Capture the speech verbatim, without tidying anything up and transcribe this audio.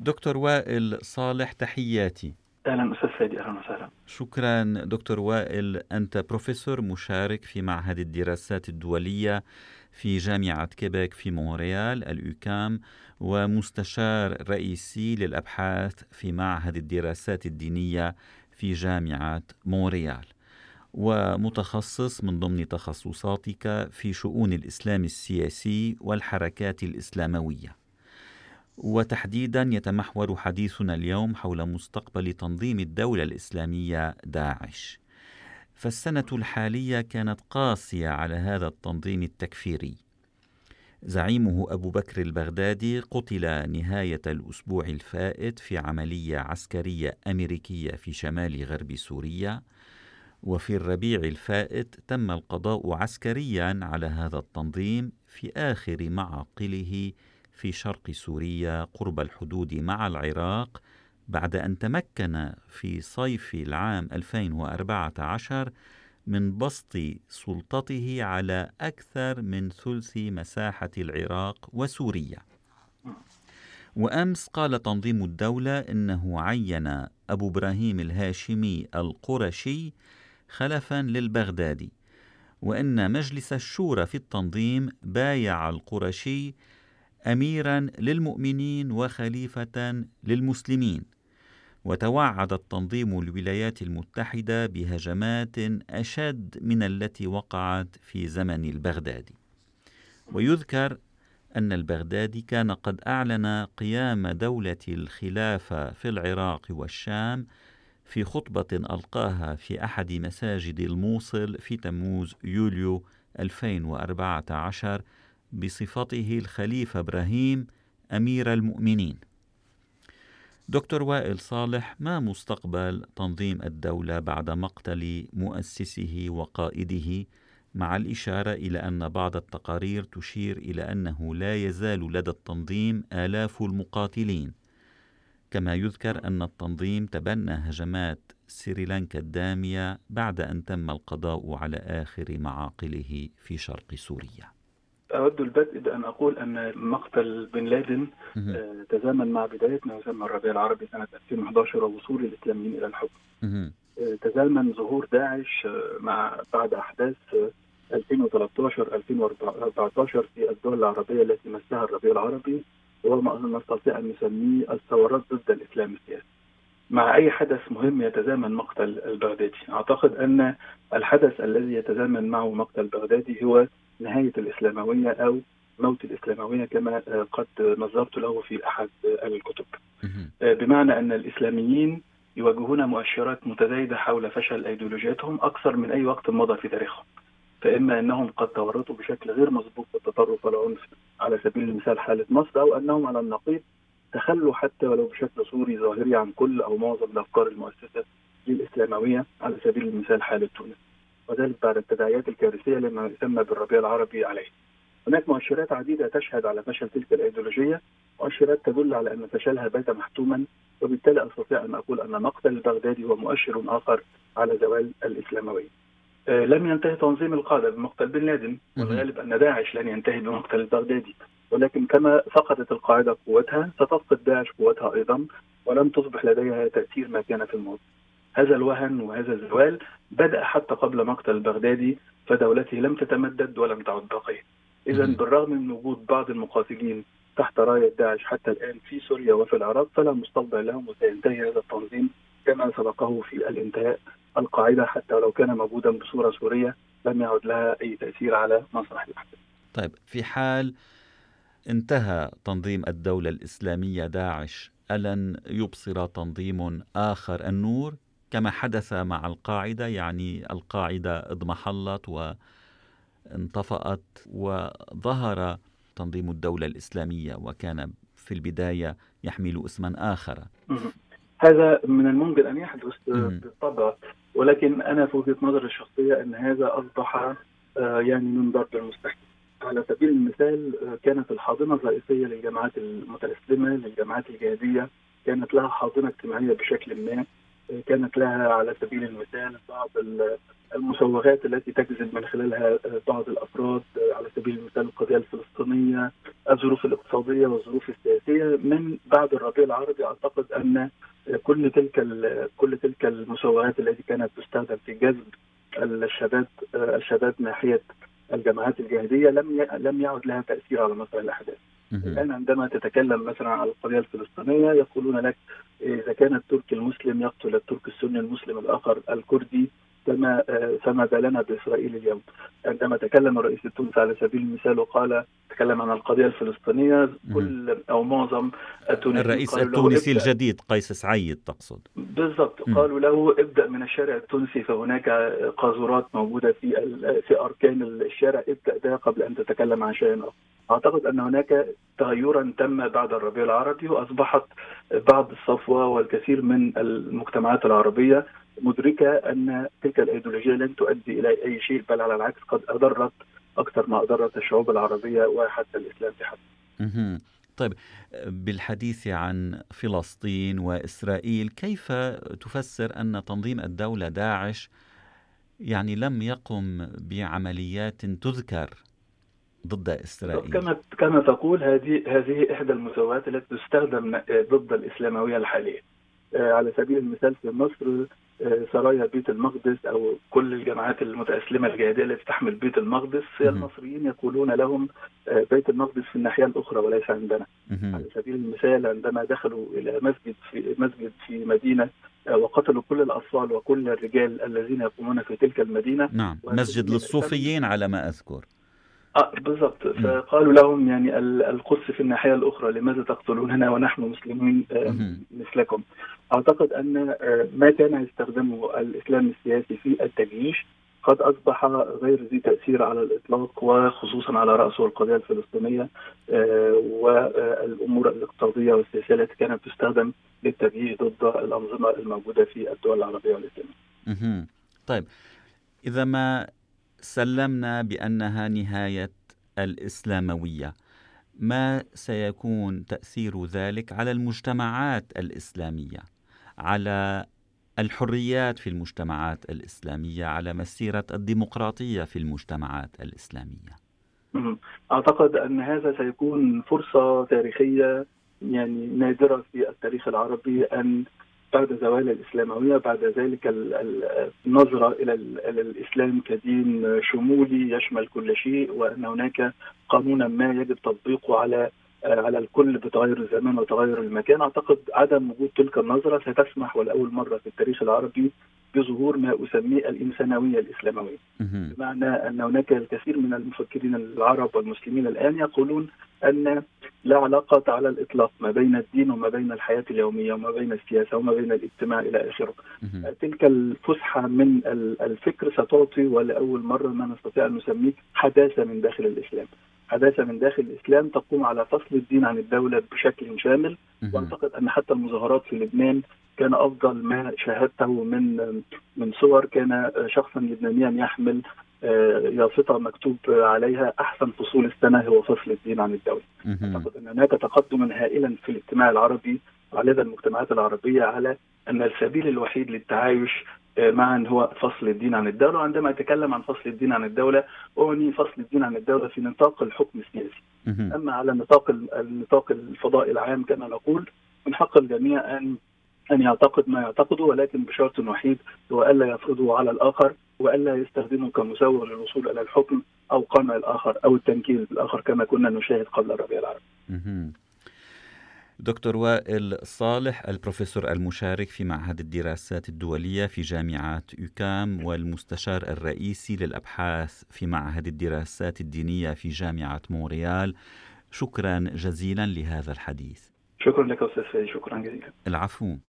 دكتور وائل صالح، تحياتي. أهلا أستاذ فادي، أهلا وسهلا. شكرا دكتور وائل. أنت بروفيسور مشارك في معهد الدراسات الدولية في جامعة كيبيك في مونريال الأوكام، ومستشار رئيسي للأبحاث في معهد الدراسات الدينية في جامعة مونريال، ومتخصص من ضمن تخصصاتك في شؤون الإسلام السياسي والحركات الإسلاموية. وتحديدا يتمحور حديثنا اليوم حول مستقبل تنظيم الدولة الإسلامية داعش. فالسنة الحالية كانت قاسية على هذا التنظيم التكفيري. زعيمه أبو بكر البغدادي قتل نهاية الأسبوع الفائت في عملية عسكرية أمريكية في شمال غرب سوريا، وفي الربيع الفائت تم القضاء عسكريا على هذا التنظيم في آخر معاقله في شرق سوريا قرب الحدود مع العراق، بعد أن تمكن في صيف العام ألفين وأربعة عشر من بسط سلطته على أكثر من ثلث مساحة العراق وسوريا. وأمس قال تنظيم الدولة إنه عين أبو إبراهيم الهاشمي القرشي خلفا للبغدادي، وإن مجلس الشورى في التنظيم بايع القرشي أميرا للمؤمنين وخليفة للمسلمين. وتوعد التنظيم الولايات المتحدة بهجمات أشد من التي وقعت في زمن البغدادي. ويذكر أن البغدادي كان قد أعلن قيام دولة الخلافة في العراق والشام في خطبة ألقاها في أحد مساجد الموصل في تموز يوليو ألفين وأربعة عشر بصفته الخليفة إبراهيم أمير المؤمنين. دكتور وائل صالح، ما مستقبل تنظيم الدولة بعد مقتل مؤسسه وقائده، مع الإشارة إلى أن بعض التقارير تشير إلى أنه لا يزال لدى التنظيم آلاف المقاتلين، كما يذكر أن التنظيم تبنى هجمات سريلانكا الدامية بعد أن تم القضاء على آخر معاقله في شرق سوريا؟ أود البدء بأن أقول أن مقتل بن لادن آه، تزامن مع بداية ما يسمى الربيع العربي سنة ألفين وأحد عشر ووصول الإسلاميين إلى الحكم. آه، تزامن ظهور داعش آه، مع بعد أحداث آه، ألفين وثلاثة عشر ألفين وأربعة عشر في الدول العربية التي مسها الربيع العربي، وهو ما نستطيع أن نسميه الثورات ضد الإسلام السياسي. مع أي حدث مهم يتزامن مقتل البغدادي. أعتقد أن الحدث الذي يتزامن معه مقتل البغدادي هو نهاية الإسلاموية أو موت الإسلاموية كما قد نظرت له في أحد الكتب، بمعنى أن الإسلاميين يواجهون مؤشرات متزايدة حول فشل أيديولوجياتهم أكثر من أي وقت مضى في تاريخهم. فإما أنهم قد تورطوا بشكل غير مسبوق في التطرف والعنف على سبيل المثال حالة مصر، أو أنهم على النقيض تخلوا حتى ولو بشكل صوري ظاهري عن كل أو معظم الأفكار المؤسسة للإسلاموية على سبيل المثال حالة تونس، وذلك بعد التداعيات الكارثية لما يسمى بالربيع العربي عليه. هناك مؤشرات عديدة تشهد على فشل تلك الأيديولوجية، مؤشرات تدل على أن فشلها بات محتوما، وبالتالي أستطيع أن أقول أن مقتل البغدادي هو مؤشر آخر على زوال الإسلاموية. آه لم ينتهي تنظيم القادة بمقتل بن لادن، والغالب أن داعش لن ينتهي بمقتل البغدادي، ولكن كما فقدت القاعدة قوتها ستفقد داعش قوتها أيضا، ولم تصبح لديها تأثير ما كان في الماضي. هذا الوهن وهذا الزوال بدأ حتى قبل مقتل البغدادي، فدولته لم تتمدد ولم تعد باقية. إذا بالرغم من وجود بعض المقاتلين تحت راية داعش حتى الآن في سوريا وفي العراق، فلا مستقبل لهم، وسينتهي هذا التنظيم كما سبقه في الانتهاء. القاعدة حتى لو كان موجودا بصورة سورية لم يعد لها أي تأثير على مسرح الأحداث. طيب، في حال انتهى تنظيم الدولة الإسلامية داعش، ألن يبصر تنظيم آخر النور كما حدث مع القاعدة؟ يعني القاعدة اضمحلت وانطفأت وظهر تنظيم الدولة الإسلامية وكان في البداية يحمل اسما آخر. هذا من الممكن أن يحدث بالطبع، ولكن أنا في وجهة نظري الشخصية أن هذا أصبح يعني من ضرب المستحيل. على سبيل المثال كانت الحاضنة الرئيسية للجماعات المتأسلمة، للجماعات الجهادية، كانت لها حاضنة اجتماعية بشكل ما، كانت لها على سبيل المثال بعض المسوغات التي تجذب من خلالها بعض الأفراد، على سبيل المثال القضية الفلسطينية، الظروف الاقتصادية والظروف السياسية من بعد الربيع العربي. أعتقد أن كل تلك كل تلك المسوغات التي كانت تستخدم في جذب الشباب الشباب ناحية الجماعات الجهادية لم لم يعد لها تأثير على مسار الأحداث. الآن عندما تتكلم مثلا عن القضية الفلسطينية يقولون لك إذا كان التركي المسلم يقتل الترك السني المسلم الآخر الكردي كما فما بالنا بإسرائيل اليوم. عندما تكلم الرئيس التونسي على سبيل المثال وقال تكلم عن القضية الفلسطينية كل أو معظم التونسيين الرئيس التونسي الجديد قيس سعيد تقصد بالضبط قالوا له ابدأ من الشارع التونسي فهناك قاذورات موجودة في في أركان الشارع، ابدأ ده قبل أن تتكلم عن شيء آخر. أعتقد أن هناك تغيرا تم بعد الربيع العربي، وأصبحت بعض الصفوة والكثير من المجتمعات العربية مدركة أن تلك الأيديولوجية لن تؤدي إلى أي شيء، بل على العكس قد أضرت أكثر ما أضرت الشعوب العربية وحتى الإسلام في حد. طيب، بالحديث عن فلسطين وإسرائيل، كيف تفسر أن تنظيم الدولة داعش يعني لم يقم بعمليات تذكر ضد إسرائيل؟ كما كما تقول هذه هذه إحدى المسوغات التي تستخدم ضد الإسلاموية الحالية. على سبيل المثال في مصر سرايا بيت المقدس أو كل الجماعات المتأسلمة الجهادية التي تحمل بيت المقدس، المصريين يقولون لهم بيت المقدس في الناحية الأخرى وليس عندنا. على سبيل المثال عندما دخلوا إلى مسجد في مسجد في مدينة وقتلوا كل الأطفال وكل الرجال الذين يقومون في تلك المدينة، نعم، مسجد للصوفيين على ما أذكر. آه بالضبط. فقالوا لهم يعني القدس في الناحية الأخرى، لماذا تقتلوننا ونحن مسلمين مثلكم؟ أعتقد أن ما كان يستخدمه الإسلام السياسي في التجيش قد أصبح غير ذي تأثير على الإطلاق، وخصوصا على رأسه القضية الفلسطينية والأمور الاقتصادية والسياسية التي كانت تستخدم للتجيش ضد الأنظمة الموجودة في الدول العربية والإسلامية. طيب، إذا ما سلمنا بأنها نهاية الإسلاموية، ما سيكون تأثير ذلك على المجتمعات الإسلامية، على الحريات في المجتمعات الإسلامية، على مسيرة الديمقراطية في المجتمعات الإسلامية؟ أعتقد أن هذا سيكون فرصة تاريخية يعني نادرة في التاريخ العربي، أن بعد زوال الإسلاموية بعد ذلك النظرة إلى الإسلام كدين شمولي يشمل كل شيء، وأن هناك قانونا ما يجب تطبيقه على على الكل بتغير الزمان وتغير المكان. أعتقد عدم وجود تلك النظرة ستسمح ولأول مرة في التاريخ العربي بظهور ما أسميه الإنسانوية الإسلاموية، بمعنى أن هناك الكثير من المفكرين العرب والمسلمين الآن يقولون أن لا علاقة على الإطلاق ما بين الدين وما بين الحياة اليومية وما بين السياسة وما بين الاجتماع إلى آخره. تلك الفسحة من الفكر ستعطي ولأول مرة ما نستطيع أن نسميه حداثة من داخل الإسلام، حداثة من داخل الإسلام تقوم على فصل الدين عن الدولة بشكل شامل. وأعتقد أن حتى المظاهرات في لبنان كان أفضل ما شاهدته من من صور، كان شخصا لبنانيا يحمل يافطة مكتوب عليها أحسن فصول السنة هو فصل الدين عن الدولة. أعتقد أن هناك تقدما هائلا في الاجتماع العربي على لدى المجتمعات العربية على أن السبيل الوحيد للتعايش معا هو فصل الدين عن الدولة. وعندما أتكلم عن فصل الدين عن الدولة أعني فصل الدين عن الدولة في نطاق الحكم السياسي. أما على نطاق النطاق الفضاء العام كما نقول، من حق الجميع أن أن يعتقد ما يعتقده، ولكن بشرط وحيد هو ألا يفرضه على الآخر وألا يستخدمه كمسوغ للوصول إلى الحكم أو قمع الآخر أو التنكيل بالآخر كما كنا نشاهد قبل الربيع العربي. دكتور وائل صالح، البروفيسور المشارك في معهد الدراسات الدولية في جامعة يوكام والمستشار الرئيسي للأبحاث في معهد الدراسات الدينية في جامعة مونريال، شكرا جزيلا لهذا الحديث. شكرا لك أستاذ فادي، شكرا جزيلا. العفو.